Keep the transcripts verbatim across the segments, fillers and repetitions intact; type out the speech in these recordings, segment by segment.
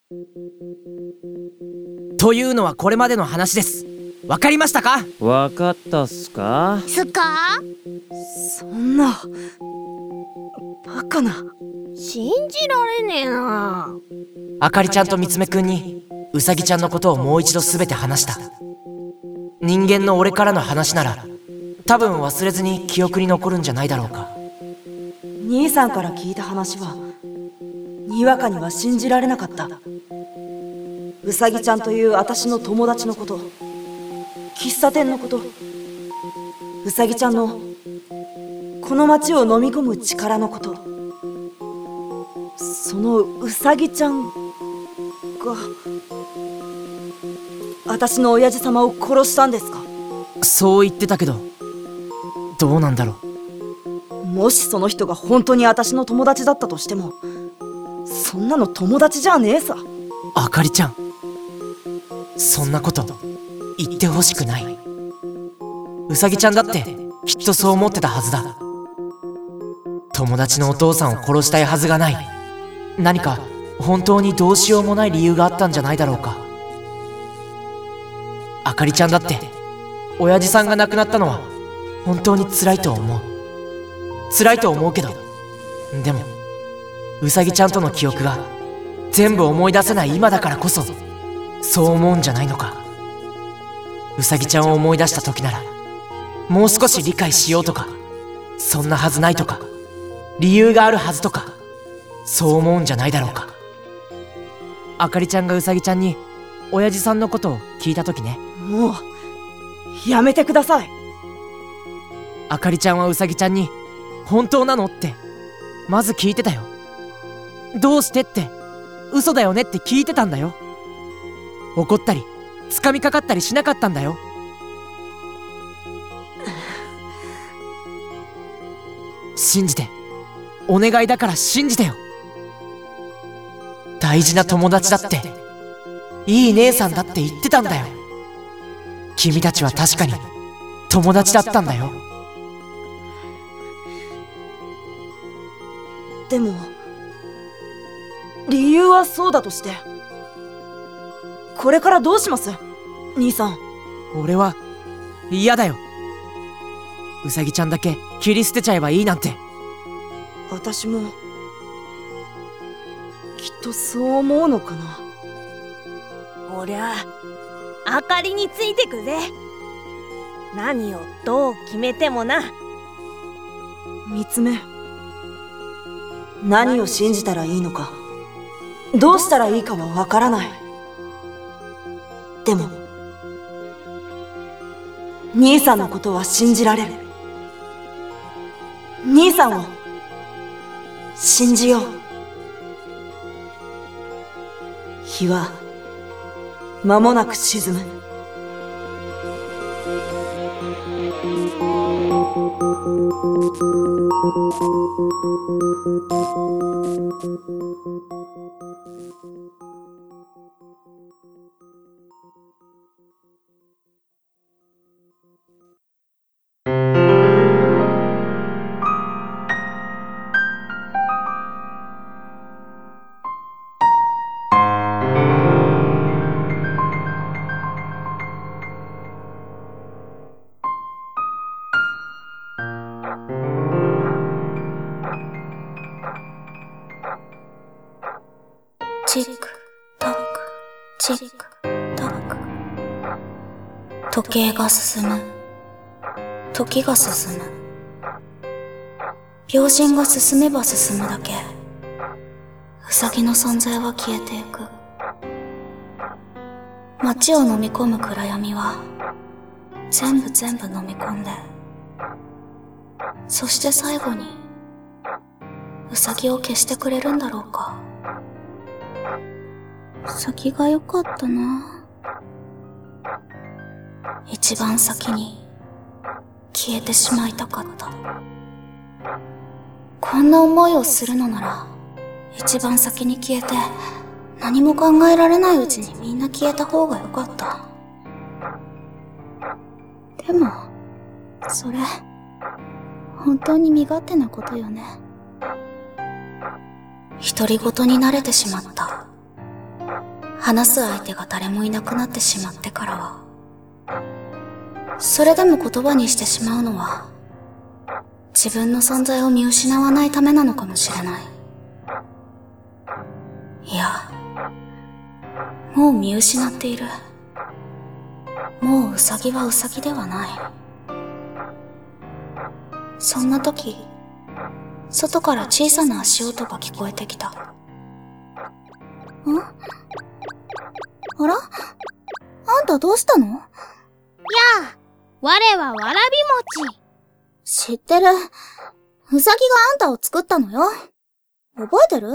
というのはこれまでの話です。わかりましたか？ わかったっすか？ すか？ そんなバカな。 信じられねえな。 あかりちゃんとみつめくんにうさぎちゃんのことをもう一度全て話した。人間の俺からの話なら多分忘れずに記憶に残るんじゃないだろうか。 兄さんから聞いた話はにわかには信じられなかった。うさぎちゃんという私の友達のこと、喫茶店のこと、うさぎちゃんのこの街を飲み込む力のこと、そのうさぎちゃんが私の親父様を殺したんですか？ そう言ってたけど、どうなんだろう。もしその人が本当に私の友達だったとしても、そんなの友達じゃねえさ。 あかりちゃん、そんなこと言ってほしくない。うさぎちゃんだってきっとそう思ってたはずだ。友達のお父さんを殺したいはずがない。何か本当にどうしようもない理由があったんじゃないだろうか。あかりちゃんだって親父さんが亡くなったのは本当に辛いと思う。辛いと思うけど、でもうさぎちゃんとの記憶が全部思い出せない今だからこそそう思うんじゃないのか。うさぎちゃんを思い出した時ならもう少し理解しようとか、そんなはずないとか、理由があるはずとか、そう思うんじゃないだろうか。あかりちゃんがうさぎちゃんに親父さんのことを聞いた時ね。 もうやめてください。 あかりちゃんはうさぎちゃんに本当なのってまず聞いてたよ。どうしてって嘘だよねって聞いてたんだよ。怒ったり掴みかかったりしなかったんだよ。信じて、お願いだから信じてよ。大事な友達だって、いい姉さんだって言ってたんだよ。君たちは確かに友達だったんだよ。 でも理由はそうだとして、これからどうします？兄さん。 俺は嫌だよ。うさぎちゃんだけ切り捨てちゃえばいいなんて。 私もきっとそう思うのかな。 俺はあかりについてくぜ。何をどう決めてもな。 みつめ、何を信じたらいいのか、どうしたらいいかはわからない。でも兄さんのことは信じられる。兄さんを信じよう。日は間もなく沈む。 チックタックチックタック、時計が進む、時が進む。秒針が進めば進むだけウサギの存在は消えていく。街を飲み込む暗闇は全部全部飲み込んで、そして最後にウサギを消してくれるんだろうか。先が良かったな。一番先に消えてしまいたかった。こんな思いをするのなら一番先に消えて、何も考えられないうちにみんな消えた方が良かった。でもそれ本当に身勝手なことよね。独り言に慣れてしまった。 話す相手が誰もいなくなってしまってからは、それでも言葉にしてしまうのは、自分の存在を見失わないためなのかもしれない。いや、もう見失っている。もうウサギはウサギではない。そんな時、外から小さな足音が聞こえてきた。ん？あら？あんたどうしたの？やあ、我はわらび餅。 知ってる。ウサギがあんたを作ったのよ。覚えてる？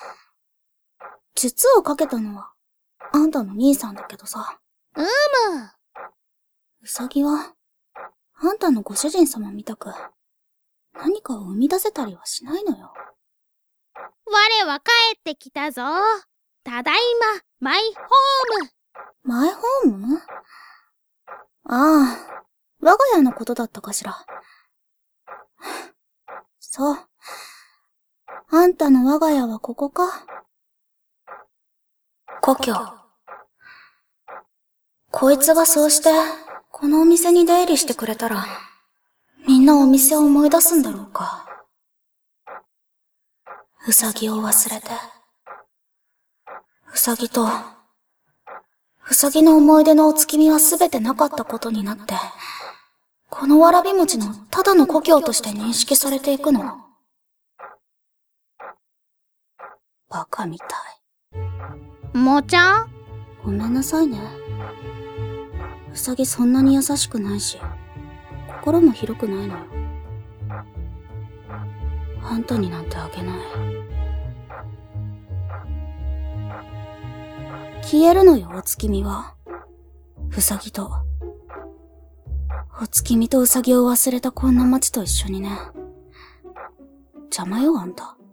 術をかけたのは、あんたの兄さんだけどさ。 うむ。 ウサギは、あんたのご主人様みたく、何かを生み出せたりはしないのよ。 我は帰ってきたぞ。ただいま、マイホーム。 マイホーム？ああ、我が家のことだったかしら。そう。あんたの我が家はここか。故郷。こいつがそうして、このお店に出入りしてくれたら、みんなお店を思い出すんだろうか。ウサギを忘れて、ウサギと、ウサギの思い出のお月見はすべてなかったことになって、このわらび餅のただの故郷として認識されていくの。バカみたい。 もちゃん？ ごめんなさいね。ウサギそんなに優しくないし、心も広くないのよ。あんたになんてあげない。消えるのよ、お月見は。ウサギと。お月見とウサギを忘れたこんな街と一緒にね。邪魔よ、あんた。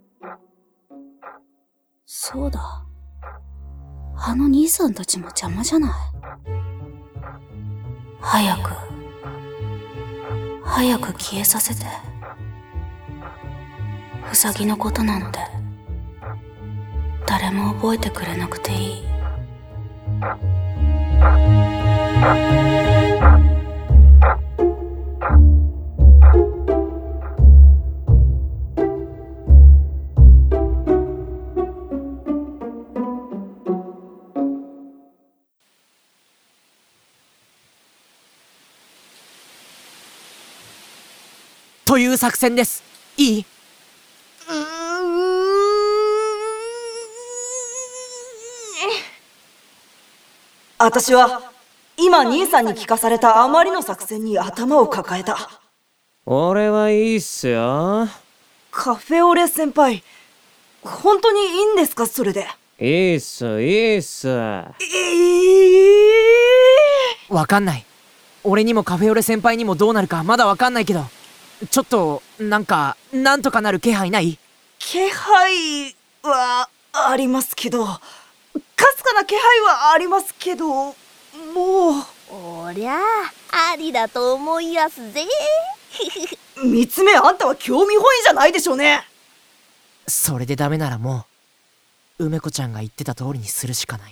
そうだ。あの兄さんたちも邪魔じゃない。早く、早く消えさせて。ウサギのことなんて、誰も覚えてくれなくていい。 という作戦です。いい？ 私は今兄さんに聞かされたあまりの作戦に頭を抱えた。 俺はいいっすよ。 カフェオレ先輩、本当にいいんですか？それで。 いいっすいいっす。 えー、 わかんない。俺にもカフェオレ先輩にもどうなるかまだわかんないけど、ちょっとなんかなんとかなる気配ない？ 気配はありますけど、かすかな気配はありますけど、もう。 おりゃあ、ありだと思いやすぜ。 三つ目、あんたは興味本位じゃないでしょうね。 それでダメならもう梅子ちゃんが言ってた通りにするしかない。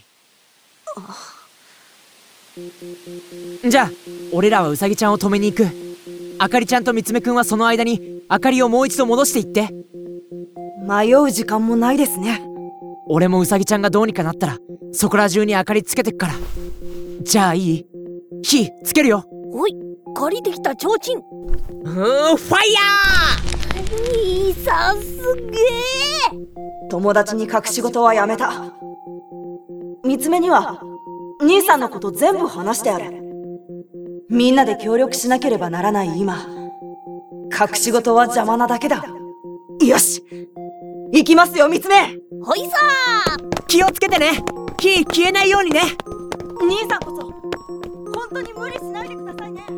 じゃあ俺らはウサギちゃんを止めに行く。あかりちゃんとみつめくんはその間にあかりをもう一度戻していって。 迷う時間もないですね。 俺もウサギちゃんがどうにかなったらそこら中にあかりつけてっから。じゃあいい？火つけるよ。 おい、借りてきた提灯。 うーん、ファイヤいい、さすげえ。 友達に隠し事はやめた。三つ目には兄さんのこと全部話してある。みんなで協力しなければならない今、隠し事は邪魔なだけだ。よし、行きますよ三つ目。 ほいさー。気をつけてね。火消えないようにね。 兄さんこそ本当に無理しないでくださいね。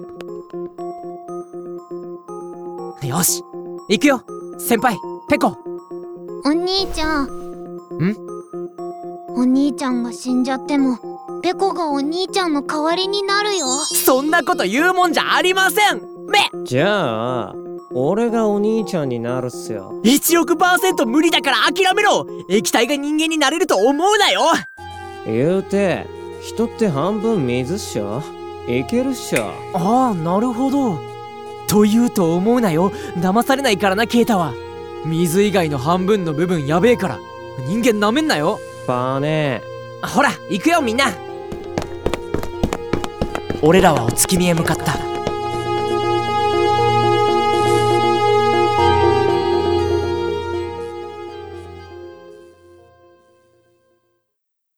よし、行くよ先輩。ペコ。 お兄ちゃん。 ん？ お兄ちゃんが死んじゃってもペコがお兄ちゃんの代わりになるよ。 そんなこと言うもんじゃありません。めじゃあ俺がお兄ちゃんになるっすよ。 いちおくパーセント無理だから諦めろ。液体が人間になれると思うなよ。 言うて人って半分水っしょ。いけるっしょ。 ああ、なるほど。というと思うなよ。騙されないからな、ケイタは。水以外の半分の部分やべえから人間なめんなよ。 バーネほら行くよみんな。俺らはお月見へ向かった。